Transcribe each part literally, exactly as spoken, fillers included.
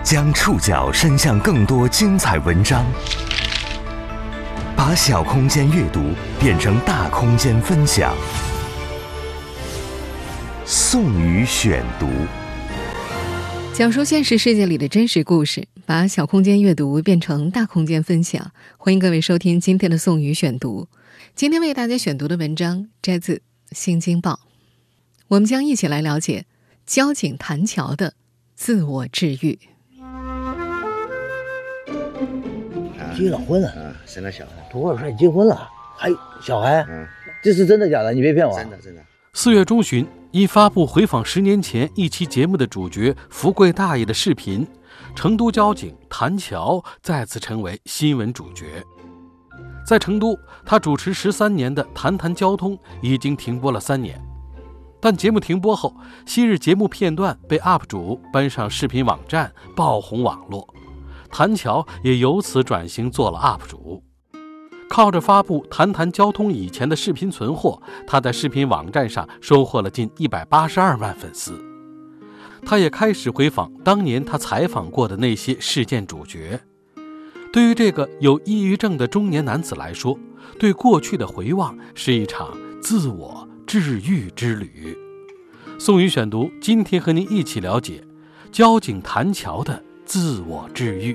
将触角伸向更多精彩文章，把小空间阅读变成大空间分享。宋宇选读， 讲述现实世界里的真实故事，把小空间阅读变成大空间分享。欢迎各位收听今天的宋宇选读。今天为大家选读的文章摘自《新京报》，我们将一起来了解交警谭乔的自我治愈。 结了婚了啊，生了小孩， 多少岁结婚了？还小孩？嗯，这是真的假的？你别骗我！ 真的真的。 四月中旬，因发布回访十年前一期节目的主角福贵大爷的视频，成都交警谭乔再次成为新闻主角。在成都，他主持十三年的《谈谈交通》已经停播了三年，但节目停播后，昔日节目片段被 U P 主搬上视频网站，爆红网络。谭乔也由此转型做了 U P 主，靠着发布《谈谈交通》以前的视频存货，他在视频网站上收获了近一百八十二万粉丝。他也开始回访当年他采访过的那些事件主角。对于这个有抑郁症的中年男子来说，对过去的回望是一场自我治愈之旅。宋宇选读，今天和您一起了解交警谭乔的自我治愈。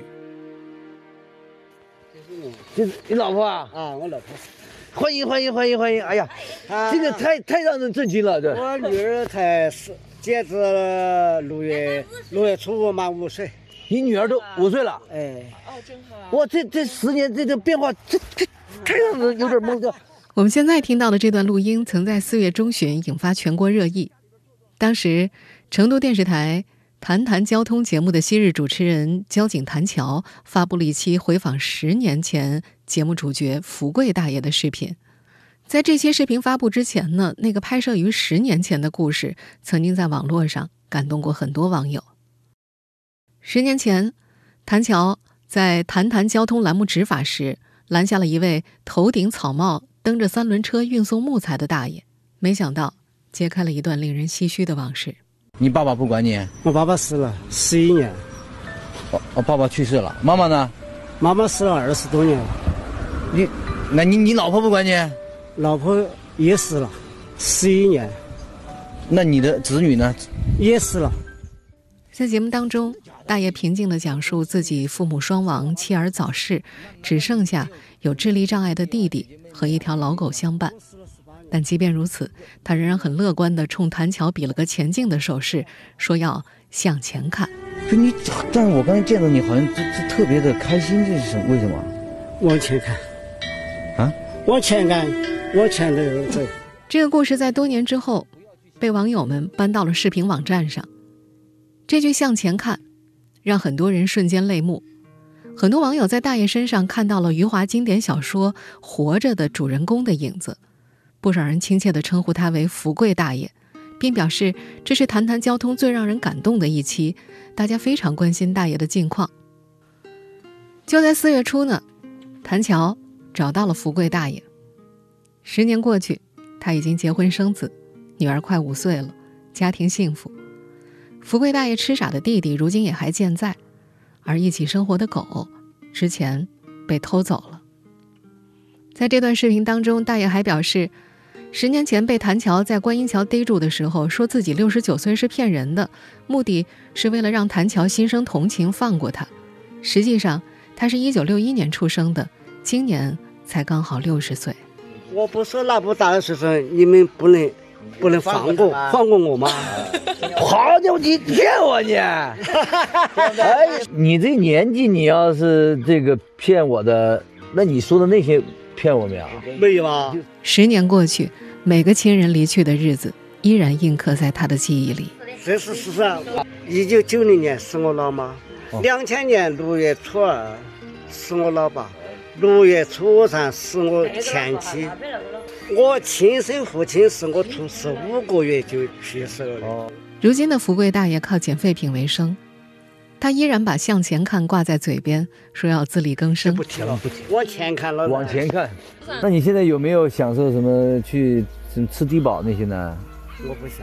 这是你老婆啊？ 啊，我老婆。 欢迎欢迎欢迎欢迎！哎呀，啊、这个太太让人震惊了。这我女儿才是截至六月六月初五满五岁。 你女儿都五岁了？ 哎， 哦，真好啊！ 哇，这这十年这个变化，这这太让人有点懵的。 我们现在听到的这段录音，曾在四月中旬引发全国热议。当时，成都电视台《谈谈交通》节目的昔日主持人交警谭乔发布了一期回访十年前节目主角福贵大爷的视频。在这些视频发布之前呢，那个拍摄于十年前的故事曾经在网络上感动过很多网友。十年前，谭乔在《谈谈交通》栏目执法时，拦下了一位头顶草帽、蹬着三轮车运送木材的大爷，没想到揭开了一段令人唏嘘的往事。 你爸爸不管你？ 我爸爸死了十一年。 哦哦，爸爸去世了。妈妈呢？ 妈妈死了二十多年了。 你，那你你老婆不管你？ 老婆也死了十一年。 那你的子女呢？ 也死了。 在节目当中，大爷平静地讲述自己父母双亡，妻儿早逝，只剩下有智力障碍的弟弟和一条老狗相伴。但即便如此，他仍然很乐观地冲谭乔比了个前进的手势，说要向前看。 就你，但是我刚才见到你好像这这特别的开心，这是什么？为什么？ 往前看， 啊， 往前看，往前的走。 这个故事在多年之后，被网友们搬到了视频网站上。这句向前看，让很多人瞬间泪目。很多网友在大爷身上看到了余华经典小说《活着》的主人公的影子。不少人亲切地称呼他为福贵大爷，并表示这是谈谈交通最让人感动的一期，大家非常关心大爷的近况。就在四月初呢，谭乔找到了福贵大爷。十年过去，他已经结婚生子，女儿快五岁了，家庭幸福。福贵大爷痴傻的弟弟如今也还健在，而一起生活的狗之前被偷走了。在这段视频当中，大爷还表示，十年前被谭乔在观音桥逮住的时候，说自己六十九岁是骗人的，目的是为了让谭乔心生同情，放过他。实际上，他是一九六一年出生的，今年才刚好六十岁。 我不是那么大的时候，你们不能不能放过放过我吗？ 好家伙，你骗我你！哎，你这年纪，你要是这个骗我的，那你说的那些骗我没有？ 没有啊。 十年过去，每个亲人离去的日子依然印刻在他的记忆里。 这是事实。一九九零年是我老妈，两千年六月初二是我老爸，六月初三是我前妻。我亲生父亲是我出世五个月就去世了。 如今的福贵大爷靠捡废品为生，他依然把向前看挂在嘴边，说要自力更生。 不提了，不提，往前看了， 往前看。那你现在有没有享受什么去什么吃低保那些呢？ 我不想。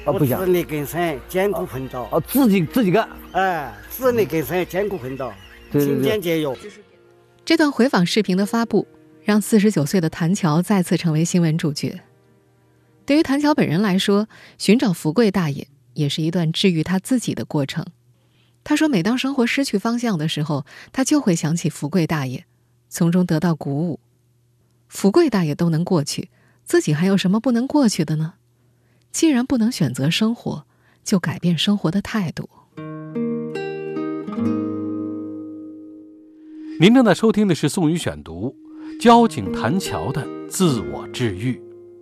啊，不想自力更生，艰苦奋斗。 哦，自己自己干。 哎，自力更生，艰苦奋斗， 对对对勤俭节约。 这段回访视频的发布，让四十九岁的谭乔再次成为新闻主角。对于谭乔本人来说，寻找福贵大爷也是一段治愈他自己的过程。他说，每当生活失去方向的时候，他就会想起福贵大爷，从中得到鼓舞。福贵大爷都能过去，自己还有什么不能过去的呢？既然不能选择生活，就改变生活的态度。 您正在收听的是宋宇选读，交警谭乔的自我治愈。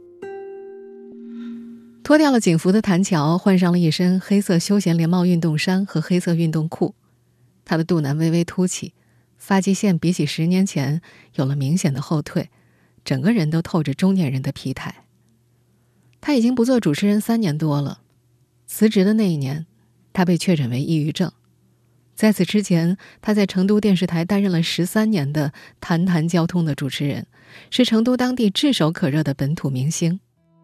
脱掉了警服的谭乔换上了一身黑色休闲连帽运动衫和黑色运动裤，他的肚腩微微凸起，发际线比起十年前有了明显的后退，整个人都透着中年人的疲态。他已经不做主持人三年多了，辞职的那一年，他被确诊为抑郁症。在此之前，他在成都电视台担任了十三年的谈谈交通的主持人，是成都当地炙手可热的本土明星。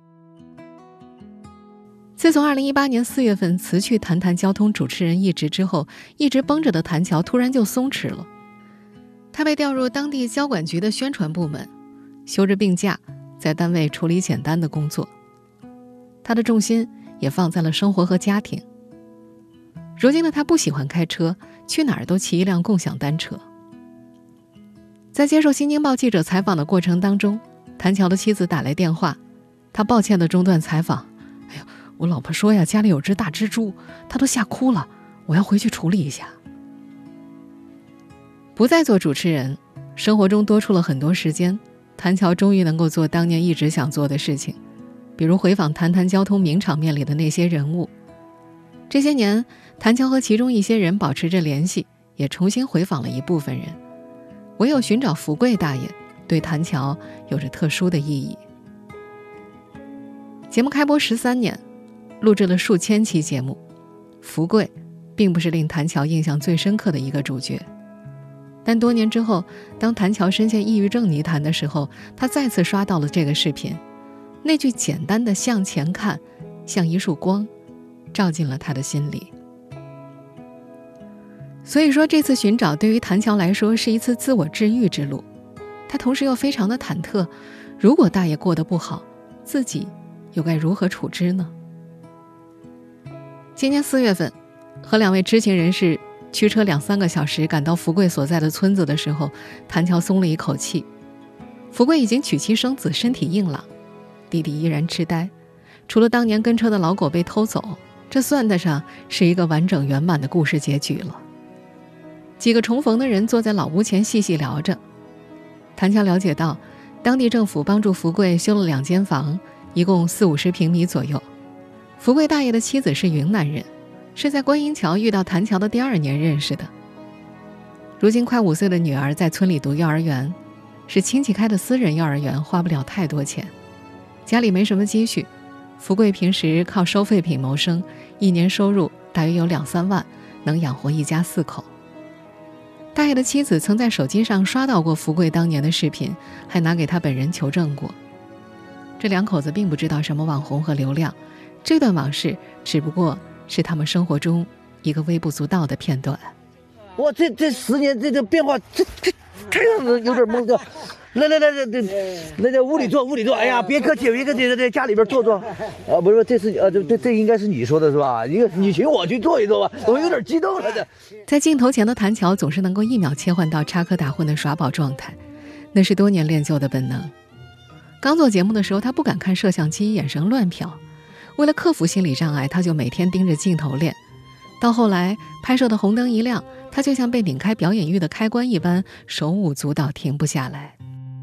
自从二零一八年四月份辞去谈谈交通主持人一职之后，一直绷着的谭乔突然就松弛了。他被调入当地交管局的宣传部门，休着病假，在单位处理简单的工作。他的重心也放在了生活和家庭。如今的他不喜欢开车，去哪儿都骑一辆共享单车。在接受新京报记者采访的过程当中，谭乔的妻子打来电话，他抱歉地中断采访。哎呦，我老婆说呀，家里有只大蜘蛛，她都吓哭了，我要回去处理一下。不再做主持人，生活中多出了很多时间，谭乔终于能够做当年一直想做的事情，比如回访谈谈交通名场面里的那些人物。这些年，谭乔和其中一些人保持着联系，也重新回访了一部分人。唯有寻找福贵大爷，对谭乔有着特殊的意义。节目开播十三年，录制了数千期节目，福贵并不是令谭乔印象最深刻的一个主角。但多年之后，当谭乔深陷抑郁症泥潭的时候，他再次刷到了这个视频，那句简单的向前看，像一束光，照进了他的心里。所以说，这次寻找对于谭乔来说是一次自我治愈之路。他同时又非常的忐忑，如果大爷过得不好，自己又该如何处置呢？今年四月份，和两位知情人士驱车两三个小时赶到福贵所在的村子的时候，谭乔松了一口气。福贵已经娶妻生子，身体硬朗，弟弟依然痴呆，除了当年跟车的老狗被偷走，这算得上是一个完整圆满的故事结局了。几个重逢的人坐在老屋前细细聊着。谭乔了解到，当地政府帮助福贵修了两间房，一共四五十平米左右。福贵大爷的妻子是云南人，是在观音桥遇到谭乔的第二年认识的。如今快五岁的女儿在村里读幼儿园，是亲戚开的私人幼儿园，花不了太多钱。家里没什么积蓄，福贵平时靠收废品谋生，一年收入大约有两三万，能养活一家四口。大爷的妻子曾在手机上刷到过福贵当年的视频，还拿给他本人求证过。这两口子并不知道什么网红和流量，这段往事只不过是他们生活中一个微不足道的片段。 哇，这这十年这个变化，这这这样子有点懵的。来来来来来，来来屋里坐，屋里坐。哎呀，别客气，别客气，在家里边坐坐。啊，不是，这是呃，这这这应该是你说的是吧？你你请我去坐一坐吧，我有点激动了。这在镜头前的谭乔总是能够一秒切换到插科打诨的耍宝状态，那是多年练就的本能。刚做节目的时候，他不敢看摄像机，眼神乱瞟。为了克服心理障碍，他就每天盯着镜头练。到后来，拍摄的红灯一亮，他就像被拧开表演欲的开关一般，手舞足蹈，停不下来。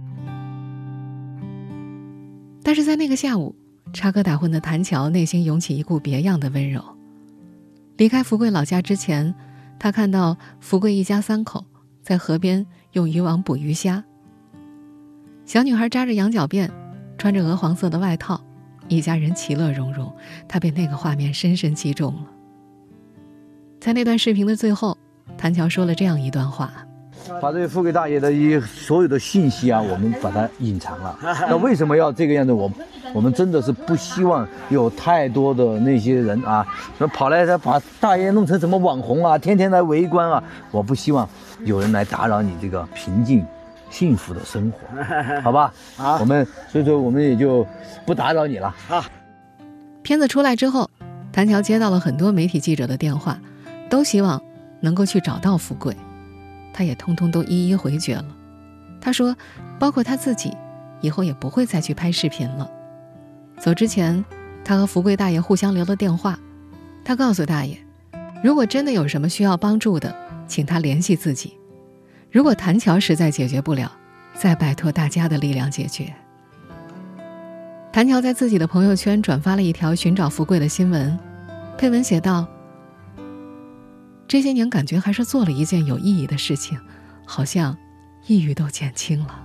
但是在那个下午，插科打诨的谭乔内心涌起一股别样的温柔。离开福贵老家之前，他看到福贵一家三口在河边用渔网捕鱼虾。小女孩扎着羊角辫，穿着鹅黄色的外套，一家人其乐融融，他被那个画面深深击中了。在那段视频的最后，谭乔说了这样一段话： 把这个福贵大爷的一所有的信息啊，我们把它隐藏了。那为什么要这个样子？我我们真的是不希望有太多的那些人啊，说跑来他把大爷弄成什么网红啊，天天来围观啊，我不希望有人来打扰你这个平静幸福的生活，好吧？ 好， 我们所以说我们也就不打扰你了。 好。 片子出来之后，谭乔接到了很多媒体记者的电话，都希望能够去找到福贵，他也通通都一一回绝了。他说，包括他自己，以后也不会再去拍视频了。走之前，他和福贵大爷互相留了电话，他告诉大爷，如果真的有什么需要帮助的，请他联系自己。如果谭乔实在解决不了，再拜托大家的力量解决。谭乔在自己的朋友圈转发了一条寻找福贵的新闻，配文写道：这些年感觉还是做了一件有意义的事情，好像抑郁都减轻了。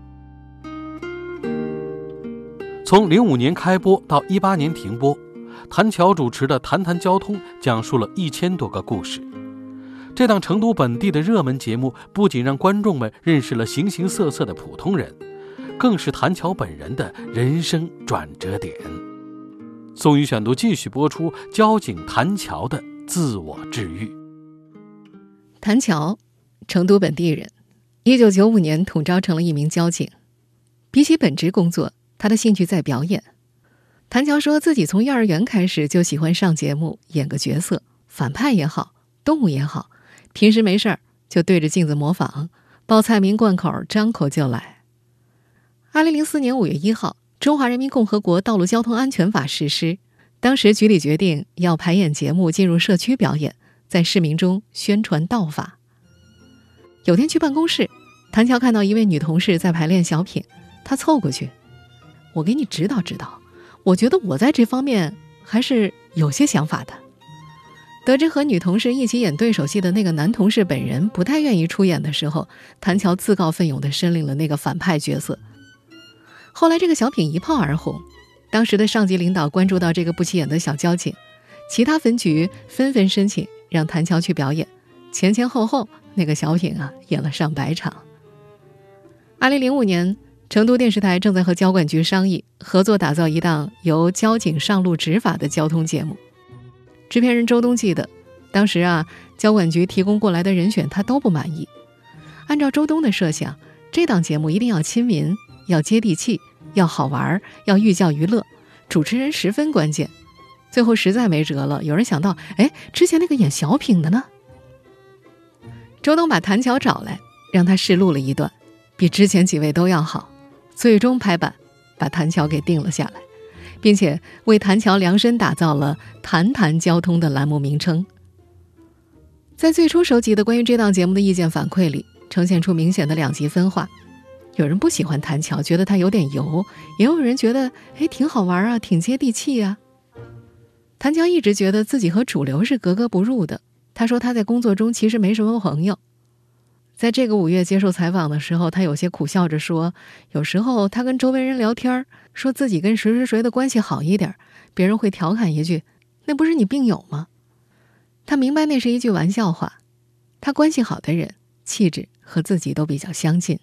从零五年开播到一八年停播，谭乔主持的《谈谈交通》讲述了一千多个故事。这档成都本地的热门节目不仅让观众们认识了形形色色的普通人，更是谭乔本人的人生转折点。宋宇选读继续播出交警谭乔的自我治愈。 谭乔，成都本地人，一九九五年统招成了一名交警。比起本职工作，他的兴趣在表演。谭乔说自己从幼儿园开始就喜欢上节目，演个角色，反派也好，动物也好，平时没事儿就对着镜子模仿，报菜名贯口，张口就来。二零零四年五月一号，中华人民共和国道路交通安全法实施，当时局里决定要排演节目进入社区表演，在市民中宣传道法。有天去办公室，谭乔看到一位女同事在排练小品，他凑过去，我给你指导指导，我觉得我在这方面还是有些想法的。得知和女同事一起演对手戏的那个男同事本人不太愿意出演的时候，谭乔自告奋勇地申领了那个反派角色。后来这个小品一炮而红，当时的上级领导关注到这个不起眼的小交警，其他分局纷纷申请让谭乔去表演，前前后后那个小品啊演了上百场。二零零五年，成都电视台正在和交管局商议合作打造一档由交警上路执法的交通节目。制片人周东记得，当时啊，交管局提供过来的人选他都不满意。按照周东的设想，这档节目一定要亲民，要接地气，要好玩，要寓教于乐，主持人十分关键。最后实在没辙了，有人想到，哎，之前那个演小品的呢？周东把谭乔找来，让他试录了一段，比之前几位都要好。最终拍板，把谭乔给定了下来，并且为谭乔量身打造了“谈谈交通”的栏目名称。在最初收集的关于这档节目的意见反馈里，呈现出明显的两极分化。有人不喜欢谭乔，觉得他有点油，也有人觉得哎挺好玩啊，挺接地气啊。谭乔一直觉得自己和主流是格格不入的，他说他在工作中其实没什么朋友。在这个五月接受采访的时候，他有些苦笑着说，有时候他跟周围人聊天，说自己跟谁谁谁的关系好一点，别人会调侃一句，那不是你病友吗？他明白那是一句玩笑话，他关系好的人气质和自己都比较相近。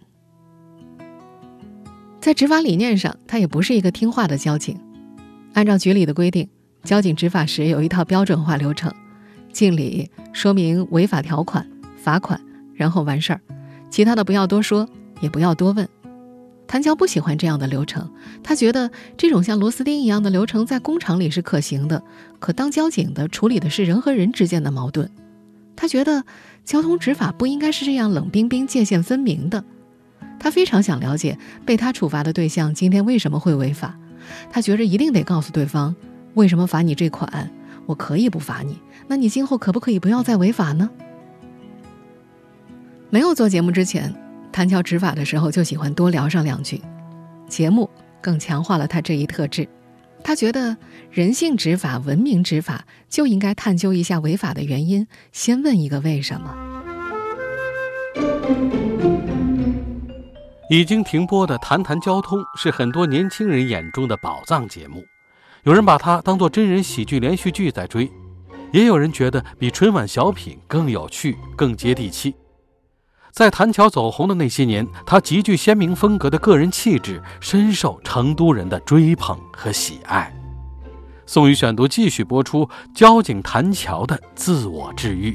在执法理念上，他也不是一个听话的交警。按照局里的规定，交警执法时有一套标准化流程，敬礼，说明违法条款，罚款，然后完事儿，其他的不要多说，也不要多问。谭乔不喜欢这样的流程，他觉得这种像螺丝钉一样的流程在工厂里是可行的，可当交警的处理的是人和人之间的矛盾。他觉得交通执法不应该是这样冷冰冰、界限分明的。他非常想了解被他处罚的对象今天为什么会违法，他觉着一定得告诉对方，为什么罚你这款，我可以不罚你，那你今后可不可以不要再违法呢？没有做节目之前，谭乔执法的时候就喜欢多聊上两句，节目更强化了他这一特质。他觉得人性执法、文明执法就应该探究一下违法的原因，先问一个为什么。 已经停播的《谈谈交通》是很多年轻人眼中的宝藏节目，有人把它当作真人喜剧连续剧在追，也有人觉得比春晚小品更有趣、更接地气。 在谭乔走红的那些年，他极具鲜明风格的个人气质深受成都人的追捧和喜爱。宋宇选读继续播出交警谭乔的自我治愈。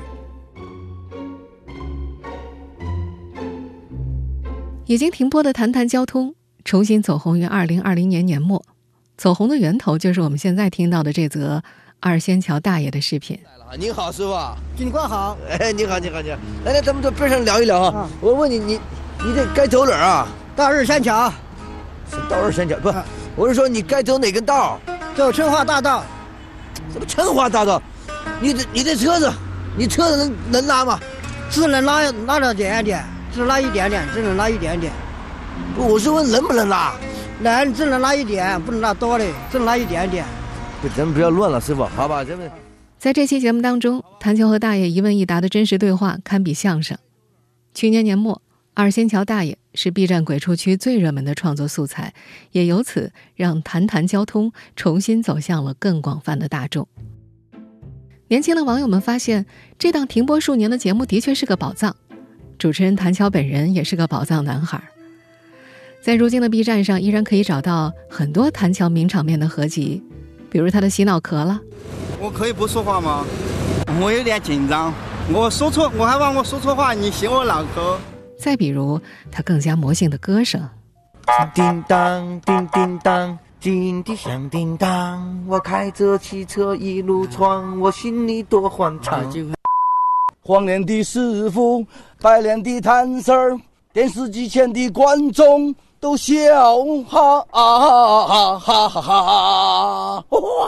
已经停播的谈谈交通重新走红于二零二零年年末，走红的源头就是我们现在听到的这则二仙桥大爷的视频。 你好，师傅。 警官好。 哎，你好，你好，你好。来来，咱们到边上聊一聊啊。我问你，你你这该走哪儿啊？ 到二仙桥。 到二仙桥不？我是说你该走哪根道？ 走成华大道。 什么成华大道？你这你这车子，你车子能能拉吗？ 只能拉拉到点点，只拉一点点，只能拉一点点。 不，我是问能不能拉？ 能，只能拉一点，不能拉多的，只能拉一点点。 不，咱们不要乱了，师傅，好吧？咱们在这期节目当中，谭乔和大爷一问一答的真实对话堪比相声。去年年末，二仙桥大爷是 B 站鬼畜区最热门的创作素材，也由此让谈谈交通重新走向了更广泛的大众。年轻的网友们发现，这档停播数年的节目的确是个宝藏，主持人谭乔本人也是个宝藏男孩。在如今的 B 站上，依然可以找到很多谭乔名场面的合集，比如他的洗脑壳了。 我可以不说话吗？我有点紧张，我说错，我害怕我说错话，你洗我脑壳。 再比如他更加魔性的歌声。 叮当叮叮当，金的响叮当，我开着汽车一路闯，我心里多欢畅。 黄脸的师傅，白脸的摊事儿，电视机前的观众都笑哈哈哈哈哈！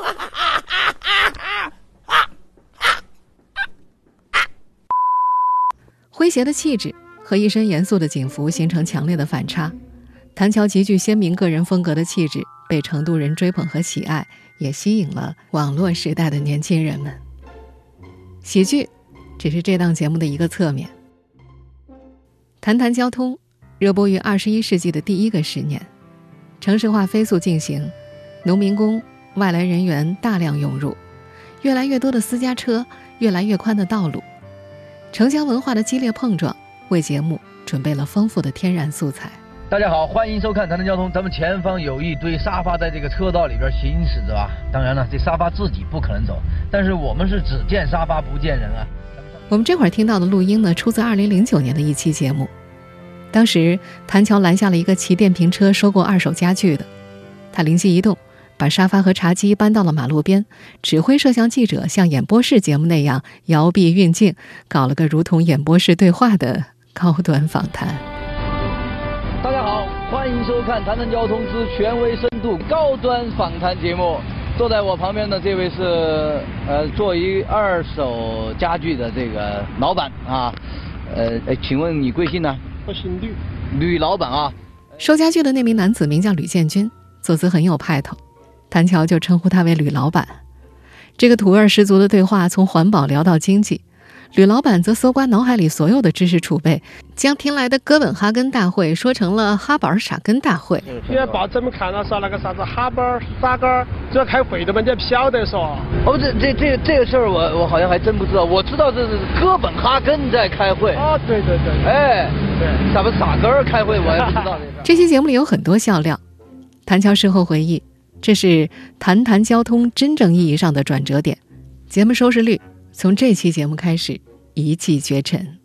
诙谐的气质和一身严肃的警服形成强烈的反差。谭乔极具鲜明个人风格的气质被成都人追捧和喜爱，也吸引了网络时代的年轻人们。喜剧只是这档节目的一个侧面。谈谈交通热播于二十一世纪的第一个十年，城市化飞速进行，农民工、外来人员大量涌入，越来越多的私家车，越来越宽的道路，城乡文化的激烈碰撞为节目准备了丰富的天然素材。 大家好，欢迎收看谈谈交通。咱们前方有一堆沙发在这个车道里边行驶着啊，当然了，这沙发自己不可能走，但是我们是只见沙发不见人啊。 我们这会儿听到的录音呢，出自二零零九年的一期节目。当时谭乔拦下了一个骑电瓶车收购二手家具的，他灵机一动，把沙发和茶几搬到了马路边，指挥摄像记者像演播室节目那样摇臂运镜，搞了个如同演播室对话的高端访谈。 大家好，欢迎收看谈谈交通之权威深度高端访谈节目。坐在我旁边的这位是呃做一二手家具的这个老板啊，呃，请问你贵姓呢？ 我姓吕。 吕老板啊。 收家具的那名男子名叫吕建军，坐姿很有派头，谭乔就称呼他为吕老板。这个土味十足的对话从环保聊到经济，吕老板则搜刮脑海里所有的知识储备，将听来的哥本哈根大会说成了哈板傻根大会。 现在报纸们看到说那个啥子哈板傻根主要开会的嘛，你也不晓得说。 哦，这这这这个事儿我我好像还真不知道，我知道这是哥本哈根在开会。 哦，对对对。 哎，对，咱们傻根儿开会我也不知道这事。 这期节目里有很多笑料，谭乔事后回忆，这是谈谈交通真正意义上的转折点，节目收视率从这期节目开始一骑绝尘。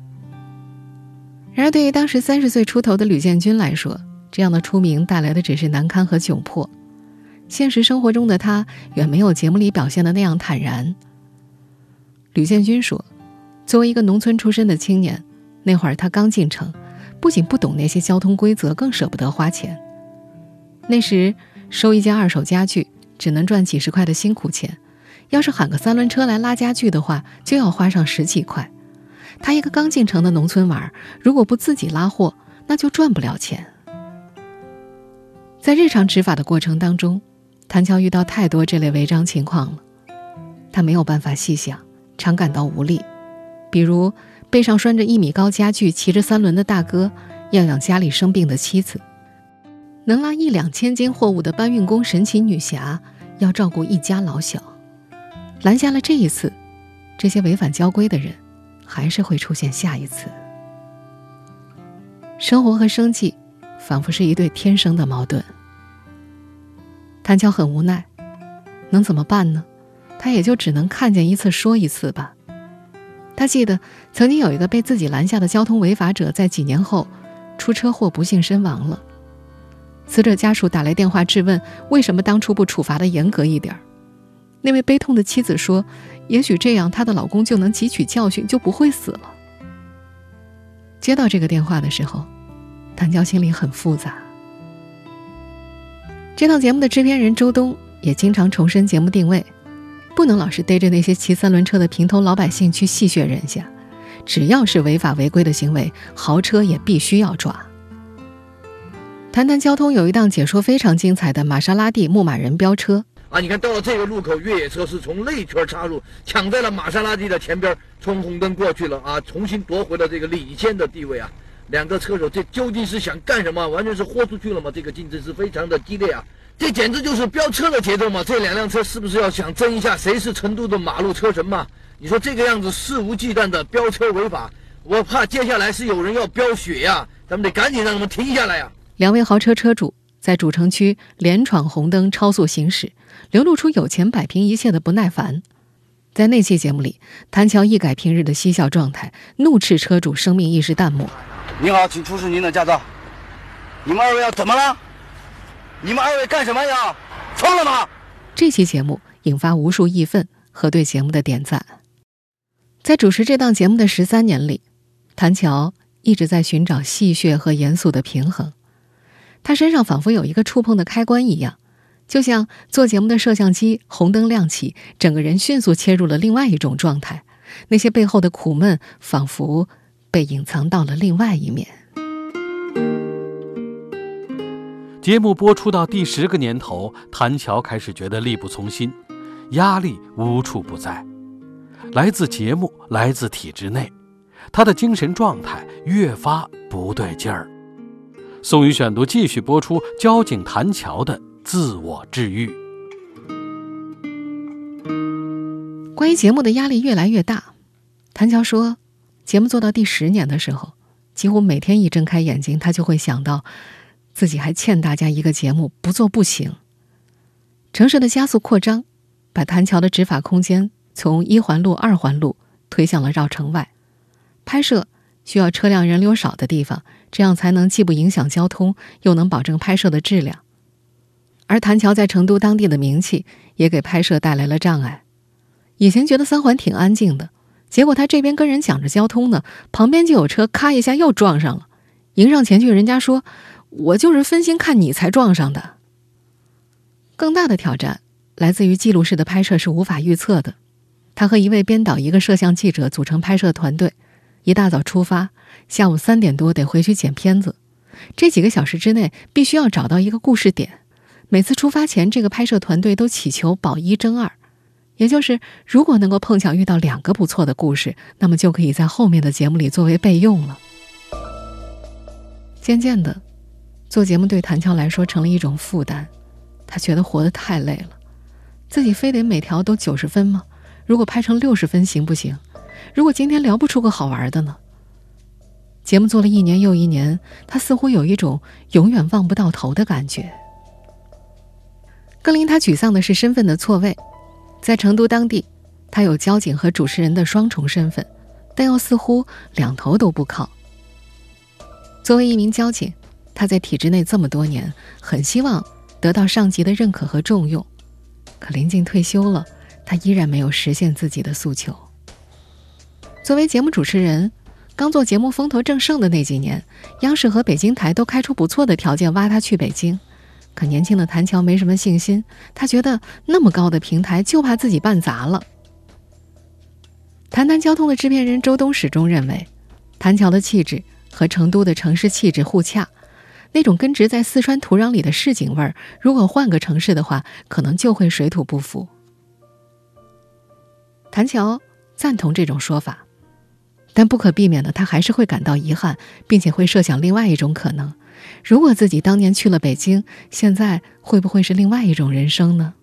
然而对于当时三十岁出头的吕建军来说，这样的出名带来的只是难堪和窘迫。现实生活中的他远没有节目里表现的那样坦然。吕建军说，作为一个农村出身的青年，那会儿他刚进城，不仅不懂那些交通规则，更舍不得花钱。那时收一件二手家具只能赚几十块的辛苦钱，要是喊个三轮车来拉家具的话，就要花上十几块。他一个刚进城的农村娃，如果不自己拉货，那就赚不了钱。在日常执法的过程当中，谭乔遇到太多这类违章情况了，他没有办法细想，常感到无力。比如背上拴着一米高家具骑着三轮的大哥要养家里生病的妻子，能拉一两千斤货物的搬运工神奇女侠要照顾一家老小。拦下了这一次，这些违反交规的人还是会出现下一次。 生活和生计仿佛是一对天生的矛盾。谭乔很无奈，能怎么办呢？他也就只能看见一次说一次吧。他记得曾经有一个被自己拦下的交通违法者，在几年后出车祸不幸身亡了。死者家属打来电话质问，为什么当初不处罚的严格一点？那位悲痛的妻子说，也许这样她的老公就能汲取教训，就不会死了。接到这个电话的时候，谭乔心里很复杂。这档节目的制片人周东也经常重申节目定位，不能老是逮着那些骑三轮车的平头老百姓去戏谑人家，只要是违法违规的行为，豪车也必须要抓。谈谈交通有一档解说非常精彩的玛莎拉蒂牧马人飙车啊！你看到了这个路口，越野车是从内圈插入，抢在了玛莎拉蒂的前边，冲红灯过去了啊，重新夺回了这个领先的地位啊！两个车手这究竟是想干什么？完全是豁出去了吗？这个竞争是非常的激烈啊！这简直就是飙车的节奏嘛！这两辆车是不是要想争一下谁是成都的马路车神嘛？你说这个样子肆无忌惮的飙车违法，我怕接下来是有人要飙血呀、啊！咱们得赶紧让他们停下来呀、啊！ 两位豪车车主在主城区连闯红灯超速行驶，流露出有钱摆平一切的不耐烦。在那期节目里，谭乔一改平日的嬉笑状态，怒斥车主生命意识淡漠。 您好，请出示您的驾照。你们二位要怎么了？你们二位干什么呀？疯了吗？ 这期节目引发无数义愤和对节目的点赞。在主持这档节目的十三年里，谭乔一直在寻找戏谑和严肃的平衡。他身上仿佛有一个触碰的开关一样，就像做节目的摄像机红灯亮起，整个人迅速切入了另外一种状态，那些背后的苦闷仿佛被隐藏到了另外一面。 节目播出到第十个年头，谭乔开始觉得力不从心，压力无处不在，来自节目，来自体制内，他的精神状态越发不对劲儿。宋宇选读继续播出交警谭乔的自我治愈。 关于节目的压力越来越大，谭乔说，节目做到第十年的时候，几乎每天一睁开眼睛，他就会想到自己还欠大家一个节目，不做不行。城市的加速扩张把谭乔的执法空间从一环路、二环路推向了绕城外，拍摄需要车辆人流少的地方，这样才能既不影响交通，又能保证拍摄的质量。而谭乔在成都当地的名气也给拍摄带来了障碍。以前觉得三环挺安静的，结果他这边跟人讲着交通呢，旁边就有车咔一下又撞上了，迎上前去，人家说我就是分心看你才撞上的。更大的挑战来自于记录式的拍摄是无法预测的。他和一位编导、一个摄像记者组成拍摄团队，一大早出发，下午三点多得回去剪片子。这几个小时之内必须要找到一个故事点。每次出发前，这个拍摄团队都祈求保一争二，也就是如果能够碰巧遇到两个不错的故事，那么就可以在后面的节目里作为备用了。渐渐的，做节目对谭乔来说成了一种负担，他觉得活得太累了。自己非得每条都九十分吗？如果拍成六十分行不行？如果今天聊不出个好玩的呢？节目做了一年又一年，他似乎有一种永远望不到头的感觉。更令他沮丧的是身份的错位。在成都当地，他有交警和主持人的双重身份，但又似乎两头都不靠。作为一名交警，他在体制内这么多年，很希望得到上级的认可和重用，可临近退休了，他依然没有实现自己的诉求。作为节目主持人，刚做节目风头正盛的那几年，央视和北京台都开出不错的条件挖他去北京。可年轻的谭乔没什么信心，他觉得那么高的平台就怕自己办砸了。谈谈交通的制片人周东始终认为，谭乔的气质和成都的城市气质互洽，那种根植在四川土壤里的市井味儿，如果换个城市的话，可能就会水土不服。谭乔赞同这种说法，但不可避免的，他还是会感到遗憾，并且会设想另外一种可能。如果自己当年去了北京，现在会不会是另外一种人生呢？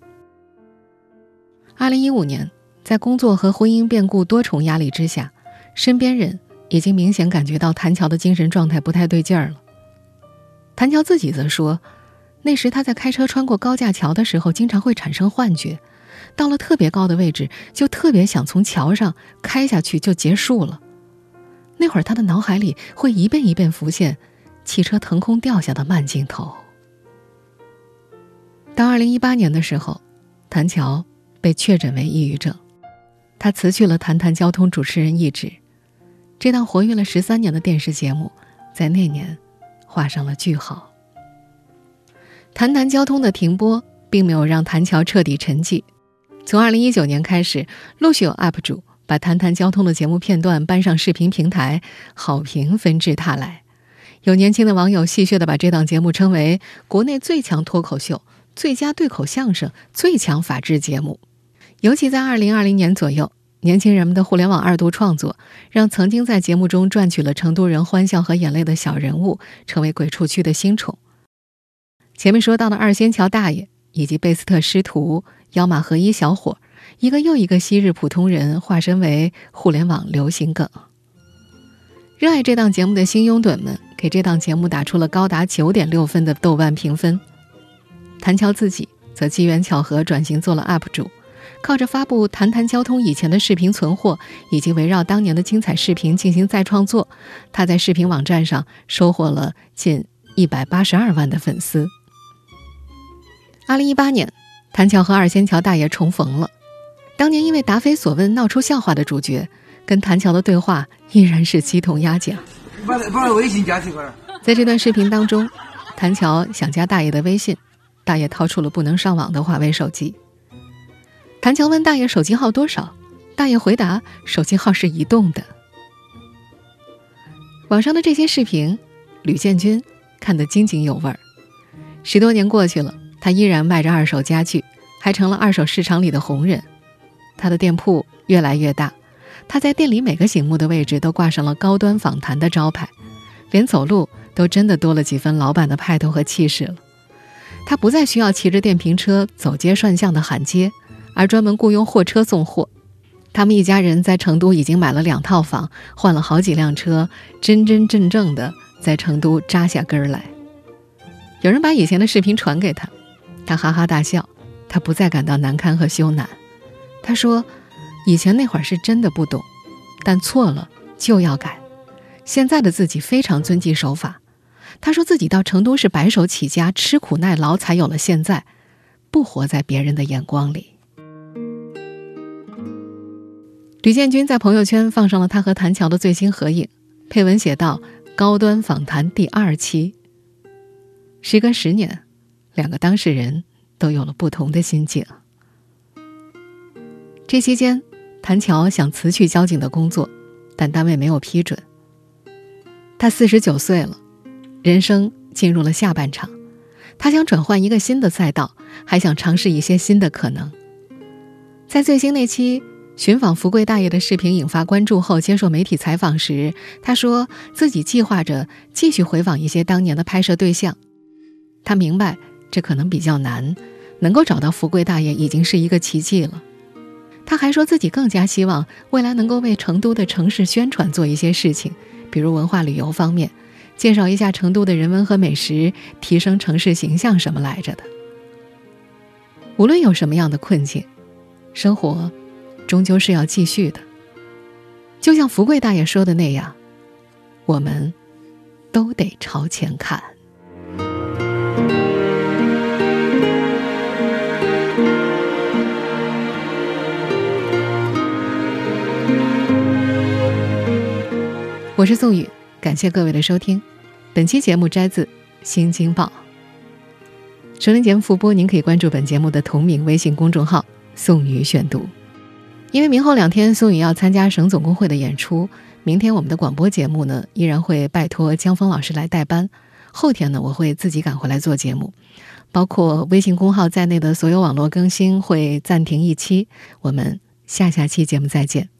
二零一五年，在工作和婚姻变故多重压力之下，身边人已经明显感觉到谭乔的精神状态不太对劲儿了。谭乔自己则说，那时他在开车穿过高架桥的时候经常会产生幻觉，到了特别高的位置就特别想从桥上开下去就结束了。那会儿他的脑海里会一遍一遍浮现汽车腾空掉下的慢镜头。到二零一八年的时候，谭乔被确诊为抑郁症，他辞去了谈谈交通主持人一职。这档活跃了十三年的电视节目在那年画上了句号。谈谈交通的停播并没有让谭乔彻底沉寂，从二零一九年开始，陆续有 U P 主把谈谈交通的节目片段搬上视频平台，好评纷至沓来。有年轻的网友戏谑地把这档节目称为国内最强脱口秀、最佳对口相声、最强法制节目。尤其在二零二零年左右，年轻人们的互联网二度创作，让曾经在节目中赚取了成都人欢笑和眼泪的小人物，成为鬼畜区的新宠。前面说到的二仙桥大爷以及贝斯特师徒、妖马合一小伙，一个又一个昔日普通人化身为互联网流行梗。热爱这档节目的新拥趸们给这档节目打出了高达 九点六 分的豆瓣评分。谭乔自己则机缘巧合转型做了 U P 主，靠着发布谈谈交通以前的视频存货，以及围绕当年的精彩视频进行再创作，他在视频网站上收获了近一百八十二万的粉丝。二零一八年，谭乔和二仙桥大爷重逢了。当年因为答非所问闹出笑话的主角，跟谭乔的对话依然是鸡同鸭讲。 把把微信加起块。 在这段视频当中，谭乔想加大爷的微信，大爷掏出了不能上网的华为手机。谭乔问大爷手机号多少，大爷回答手机号是移动的。网上的这些视频，吕建军看得津津有味儿。十多年过去了，他依然卖着二手家具，还成了二手市场里的红人。他的店铺越来越大，他在店里每个醒目的位置都挂上了高端访谈的招牌，连走路都真的多了几分老板的派头和气势了。他不再需要骑着电瓶车走街串巷的喊街，而专门雇佣货车送货。他们一家人在成都已经买了两套房，换了好几辆车，真真正正的在成都扎下根儿来。有人把以前的视频传给他，他哈哈大笑，他不再感到难堪和羞赧。他说，以前那会儿是真的不懂，但错了就要改。现在的自己非常遵纪守法。他说自己到成都是白手起家，吃苦耐劳才有了现在，不活在别人的眼光里。吕建军在朋友圈放上了他和谭乔的最新合影，配文写道：高端访谈第二期。时隔十年，两个当事人都有了不同的心境。这期间，谭乔想辞去交警的工作，但单位没有批准。他四十九岁了，人生进入了下半场，他想转换一个新的赛道，还想尝试一些新的可能。在最新那期寻访福贵大爷的视频引发关注后，接受媒体采访时，他说自己计划着继续回访一些当年的拍摄对象。他明白这可能比较难，能够找到福贵大爷已经是一个奇迹了。他还说自己更加希望未来能够为成都的城市宣传做一些事情，比如文化旅游方面，介绍一下成都的人文和美食，提升城市形象什么来着的。无论有什么样的困境，生活终究是要继续的。就像福贵大爷说的那样，我们都得朝前看。我是宋宇，感谢各位的收听。本期节目摘自《新京报》。收听节目复播，您可以关注本节目的同名微信公众号“宋宇选读”。因为明后两天宋宇要参加省总工会的演出，明天我们的广播节目呢依然会拜托江峰老师来代班。后天呢，我会自己赶回来做节目，包括微信公号在内的所有网络更新会暂停一期。我们下下期节目再见。